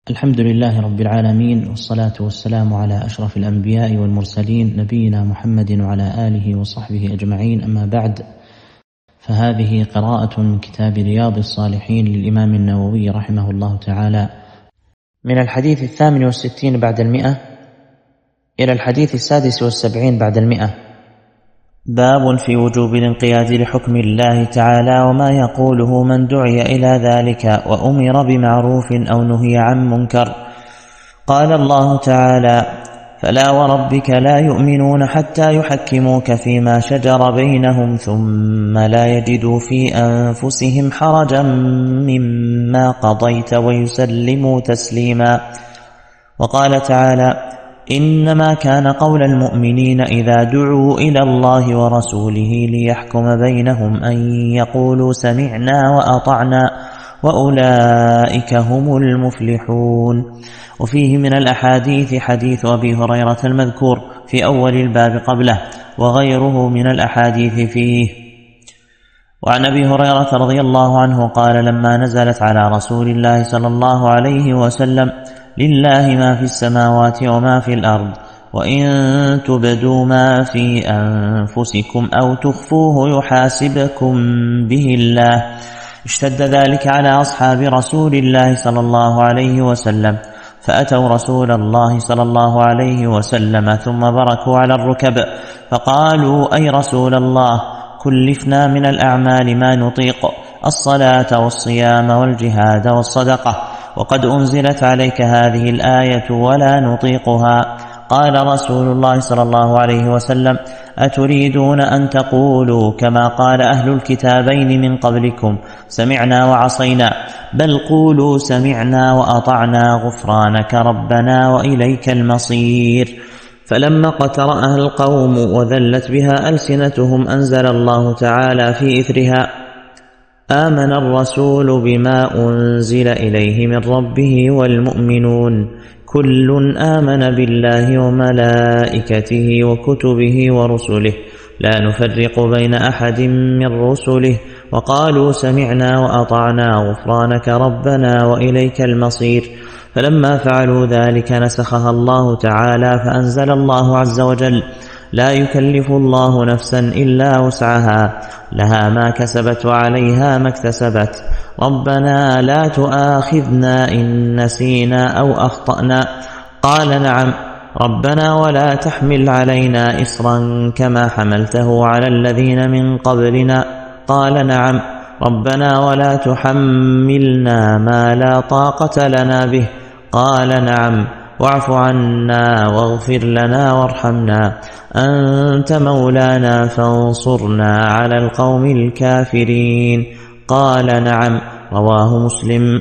الحمد لله رب العالمين، والصلاة والسلام على أشرف الأنبياء والمرسلين نبينا محمد وعلى آله وصحبه أجمعين. أما بعد، فهذه قراءة من كتاب رياض الصالحين للإمام النووي رحمه الله تعالى، من الحديث 68 بعد 100 إلى الحديث 76 بعد 100. باب في وجوب الانقياد لحكم الله تعالى وما يقوله من دعي إلى ذلك وأمر بمعروف أو نهي عن منكر. قال الله تعالى: فلا وربك لا يؤمنون حتى يحكموك فيما شجر بينهم ثم لا يجدوا في أنفسهم حرجا مما قضيت ويسلموا تسليما. وقال تعالى: إنما كان قول المؤمنين إذا دعوا إلى الله ورسوله ليحكم بينهم أن يقولوا سمعنا وأطعنا وأولئك هم المفلحون. وفيه من الأحاديث حديث أبي هريرة المذكور في أول الباب قبله، وغيره من الأحاديث فيه. وعن أبي هريرة رضي الله عنه قال: لما نزلت على رسول الله صلى الله عليه وسلم: لله ما في السماوات وما في الأرض، وإن تبدوا ما في أنفسكم أو تخفوه يحاسبكم به الله، اشتد ذلك على أصحاب رسول الله صلى الله عليه وسلم، فأتوا رسول الله صلى الله عليه وسلم ثم بركوا على الركب فقالوا: أي رسول الله، كلفنا من الأعمال ما نطيق، الصلاة والصيام والجهاد والصدقة، وقد أنزلت عليك هذه الآية ولا نطيقها. قال رسول الله صلى الله عليه وسلم: أتريدون أن تقولوا كما قال أهل الكتابين من قبلكم: سمعنا وعصينا؟ بل قولوا سمعنا وأطعنا غفرانك ربنا وإليك المصير. فلما اقترأها القوم وذلت بها ألسنتهم أنزل الله تعالى في إثرها: آمن الرسول بما أنزل إليه من ربه والمؤمنون كل آمن بالله وملائكته وكتبه ورسله لا نفرق بين أحد من رسله وقالوا سمعنا وأطعنا غفرانك ربنا وإليك المصير. فلما فعلوا ذلك نسخها الله تعالى، فأنزل الله عز وجل: لا يكلف الله نفسا إلا وسعها، لها ما كسبت وعليها ما اكتسبت، ربنا لا تؤاخذنا إن نسينا أو أخطأنا. قال: نعم ربنا، ولا تحمل علينا إصرا كما حملته على الذين من قبلنا. قال: نعم ربنا، ولا تحملنا ما لا طاقة لنا به. قال: نعم، واعف عنا واغفر لنا وارحمنا، أنت مولانا فانصرنا على القوم الكافرين. قال: نعم. رواه مسلم.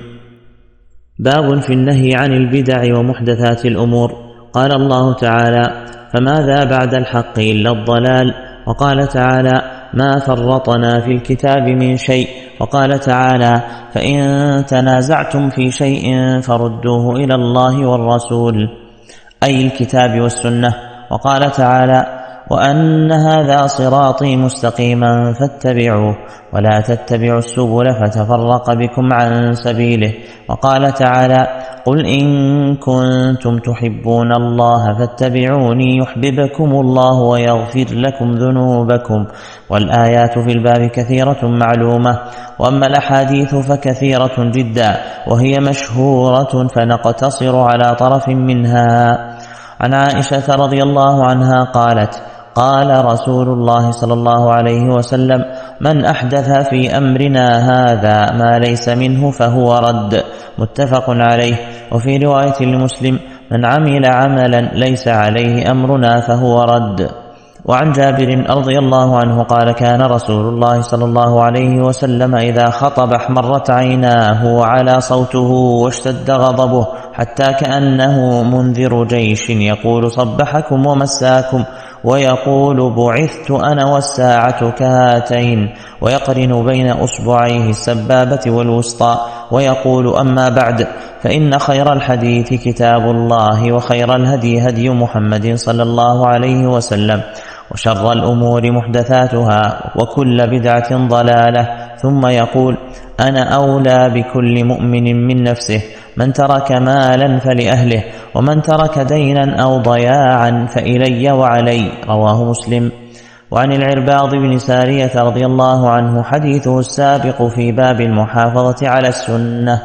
باب في النهي عن البدع ومحدثات الأمور. قال الله تعالى: فماذا بعد الحق إلا الضلال. وقال تعالى: ما فرطنا في الكتاب من شيء. وقال تعالى: فإن تنازعتم في شيء فردوه إلى الله والرسول، أي الكتاب والسنة. وقال تعالى: وأن هذا صراطي مستقيما فاتبعوه ولا تتبعوا السبل فتفرق بكم عن سبيله. وقال تعالى: قل إن كنتم تحبون الله فاتبعوني يحببكم الله ويغفر لكم ذنوبكم. والآيات في الباب كثيرة معلومة، وأما الأحاديث فكثيرة جدا، وهي مشهورة فنقتصر على طرف منها. عن عائشة رضي الله عنها قالت: قال رسول الله صلى الله عليه وسلم: من أحدث في أمرنا هذا ما ليس منه فهو رد. متفق عليه. وفي رواية لمسلم: من عمل عملا ليس عليه أمرنا فهو رد. وعن جابر رضي الله عنه قال: كان رسول الله صلى الله عليه وسلم إذا خطب احمرت عيناه وعلى صوته واشتد غضبه حتى كأنه منذر جيش يقول: صبحكم ومساكم، ويقول: بعثت أنا والساعة كهاتين، ويقرن بين أصبعيه السبابة والوسطى، ويقول: أما بعد، فإن خير الحديث كتاب الله، وخير الهدي هدي محمد صلى الله عليه وسلم، وشر الأمور محدثاتها، وكل بدعة ضلالة. ثم يقول: أنا أولى بكل مؤمن من نفسه، من ترك مالا فلأهله، ومن ترك دينا أو ضياعا فإلي وعلي. رواه مسلم. وعن العرباض بن سارية رضي الله عنه حديثه السابق في باب المحافظة على السنة.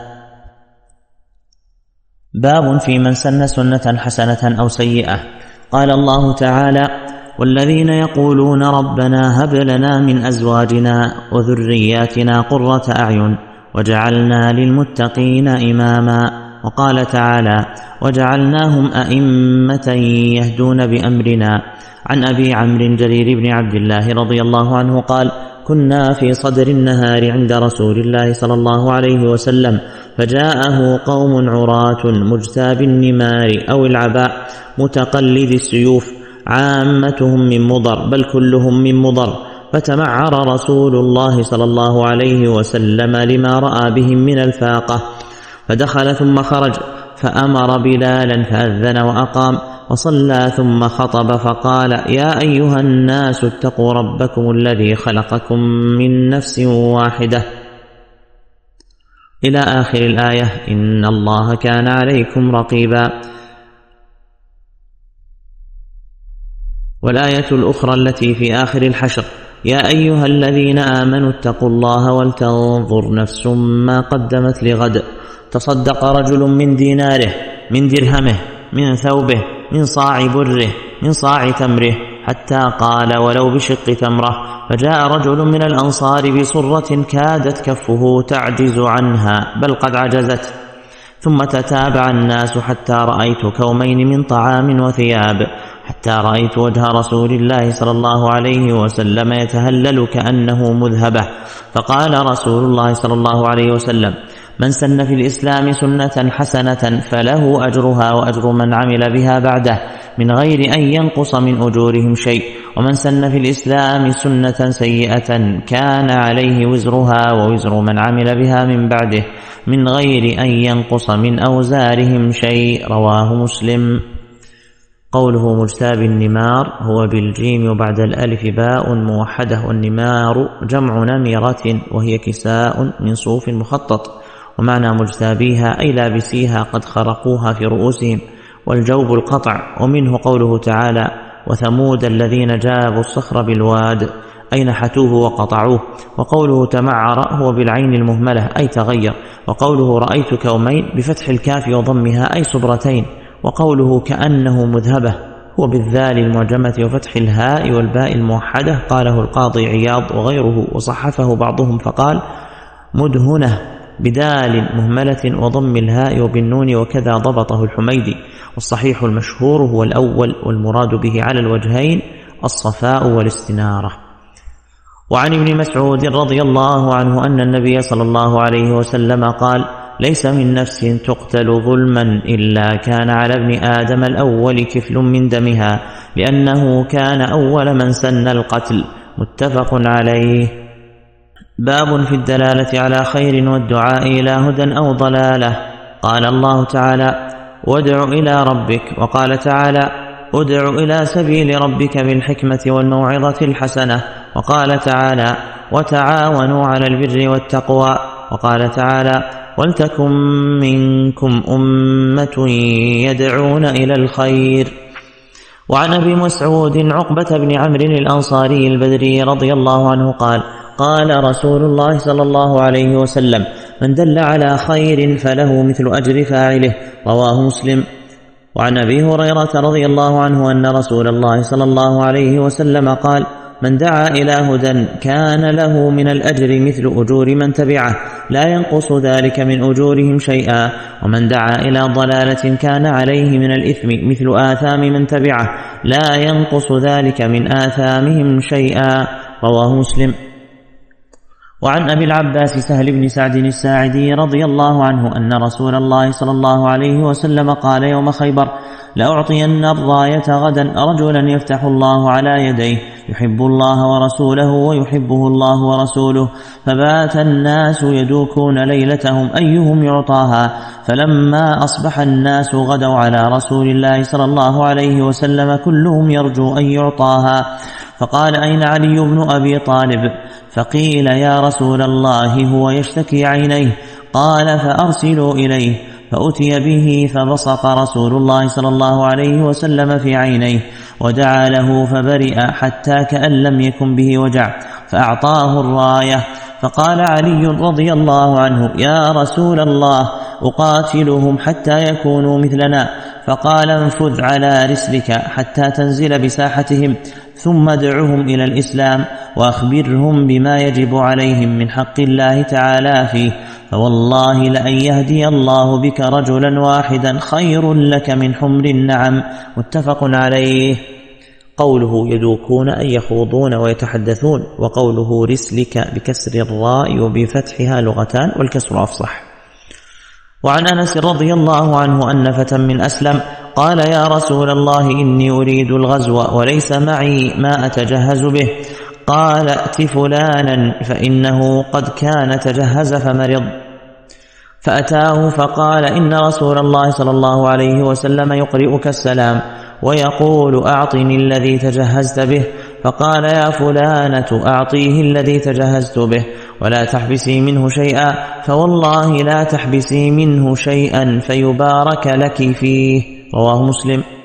باب في من سن سنة حسنة أو سيئة. قال الله تعالى: والذين يقولون ربنا هب لنا من أزواجنا وذرياتنا قرة أعين وجعلنا للمتقين إماما. وقال تعالى: وجعلناهم أئمة يهدون بأمرنا. عن أبي عمرو جرير بن عبد الله رضي الله عنه قال: كنا في صدر النهار عند رسول الله صلى الله عليه وسلم، فجاءه قوم عراة مجتاب النمار أو العباء متقلد السيوف، عامتهم من مضر بل كلهم من مضر، فتمعر رسول الله صلى الله عليه وسلم لما رأى بهم من الفاقة، فدخل ثم خرج، فأمر بلالا فأذن وأقام، وصلى ثم خطب فقال: يا أيها الناس اتقوا ربكم الذي خلقكم من نفس واحدة، إلى آخر الآية: إن الله كان عليكم رقيبا. والآية الأخرى التي في آخر الحشر: يا أيها الذين آمنوا اتقوا الله ولتنظر نفس ما قدمت لغد. تصدق رجل من ديناره، من درهمه، من ثوبه، من صاع بره، من صاع تمره، حتى قال: ولو بشق تمرة. فجاء رجل من الأنصار بصرة كادت كفه تعجز عنها، بل قد عجزت. ثم تتابع الناس حتى رأيت كومين من طعام وثياب، حتى رأيت وجه رسول الله صلى الله عليه وسلم يتهلل كأنه مذهبة. فقال رسول الله صلى الله عليه وسلم: من سن في الإسلام سنة حسنة فله أجرها وأجر من عمل بها بعده من غير أن ينقص من أجورهم شيء، ومن سن في الإسلام سنة سيئة كان عليه وزرها ووزر من عمل بها من بعده من غير أن ينقص من أوزارهم شيء. رواه مسلم. قوله مجتاب النمار هو بالجيم وبعد الألف باء موحدة، والنمار جمع نمرة وهي كساء من صوف مخطط، ومعنى مجتابيها أي لابسيها قد خرقوها في رؤوسهم، والجوب القطع. ومنه قوله تعالى: وثمود الذين جابوا الصخر بالواد أي نحتوه وقطعوه. وقوله تمعر هو بالعين المهملة أي تغير. وقوله رأيت كومين بفتح الكاف وضمها أي صبرتين. وقوله كأنه مذهبة هو بالذال المعجمة وفتح الهاء والباء الموحدة، قاله القاضي عياض وغيره، وصحفه بعضهم فقال مدهنة بدال مهملة وضم الهاء وبالنون، وكذا ضبطه الحميدي. والصحيح المشهور هو الأول، والمراد به على الوجهين الصفاء والاستنارة. وعن ابن مسعود رضي الله عنه أن النبي صلى الله عليه وسلم قال: ليس من نفس تقتل ظلما إلا كان على ابن آدم الأول كفل من دمها، لأنه كان أول من سن القتل. متفق عليه. باب في الدلالة على خير والدعاء إلى هدى أو ضلالة. قال الله تعالى: وادع إلى ربك. وقال تعالى: ادع إلى سبيل ربك بالحكمة والموعظة الحسنة. وقال تعالى: وتعاونوا على البر والتقوى. وقال تعالى: ولتكن منكم أمة يدعون إلى الخير. وعن أبي مسعود عقبة بن عمرو الأنصاري البدري رضي الله عنه قال: قال رسول الله صلى الله عليه وسلم: من دل على خير فله مثل أجر فاعله. رواه مسلم. وعن أبي هريرة رضي الله عنه أن رسول الله صلى الله عليه وسلم قال: من دعا إلى هدى كان له من الأجر مثل أجور من تبعه لا ينقص ذلك من أجورهم شيئا، ومن دعا إلى ضلالة كان عليه من الإثم مثل آثام من تبعه لا ينقص ذلك من آثامهم شيئا. رواه مسلم. وعن أبي العباس سهل بن سعد الساعدي رضي الله عنه أن رسول الله صلى الله عليه وسلم قال يوم خيبر: لأعطين الراية غدا رجلا يفتح الله على يديه يحب الله ورسوله ويحبه الله ورسوله. فبات الناس يدوكون ليلتهم أيهم يعطاها، فلما أصبح الناس غدوا على رسول الله صلى الله عليه وسلم كلهم يرجو أن يعطاها. فقال: أين علي بن أبي طالب؟ فقيل: يا رسول الله هو يشتكي عينيه. قال: فأرسلوا إليه. فأتي به فبصق رسول الله صلى الله عليه وسلم في عينيه ودعا له فبرئ حتى كأن لم يكن به وجع، فأعطاه الراية. فقال علي رضي الله عنه: يا رسول الله، أقاتلهم حتى يكونوا مثلنا؟ فقال: انفذ على رسلك حتى تنزل بساحتهم، ثم ادعهم إلى الإسلام وأخبرهم بما يجب عليهم من حق الله تعالى فيه، فوالله لأن يهدي الله بك رجلا واحدا خير لك من حمر النعم. متفق عليه. قوله يدوكون أي يخوضون ويتحدثون، وقوله رسلك بكسر الراء وبفتحها لغتان والكسر أفصح. وعن أنس رضي الله عنه أن فتى من أسلم قال: يا رسول الله، إني أريد الغزو وليس معي ما أتجهز به. قال: ائت فلانا فإنه قد كان تجهز فمرض. فأتاه فقال: إن رسول الله صلى الله عليه وسلم يقرئك السلام ويقول: أعطني الذي تجهزت به. فقال: يا فلانة، أعطيه الذي تجهزت به ولا تحبسي منه شيئا، فوالله لا تحبسي منه شيئا فيبارك لك فيه. رواه مسلم.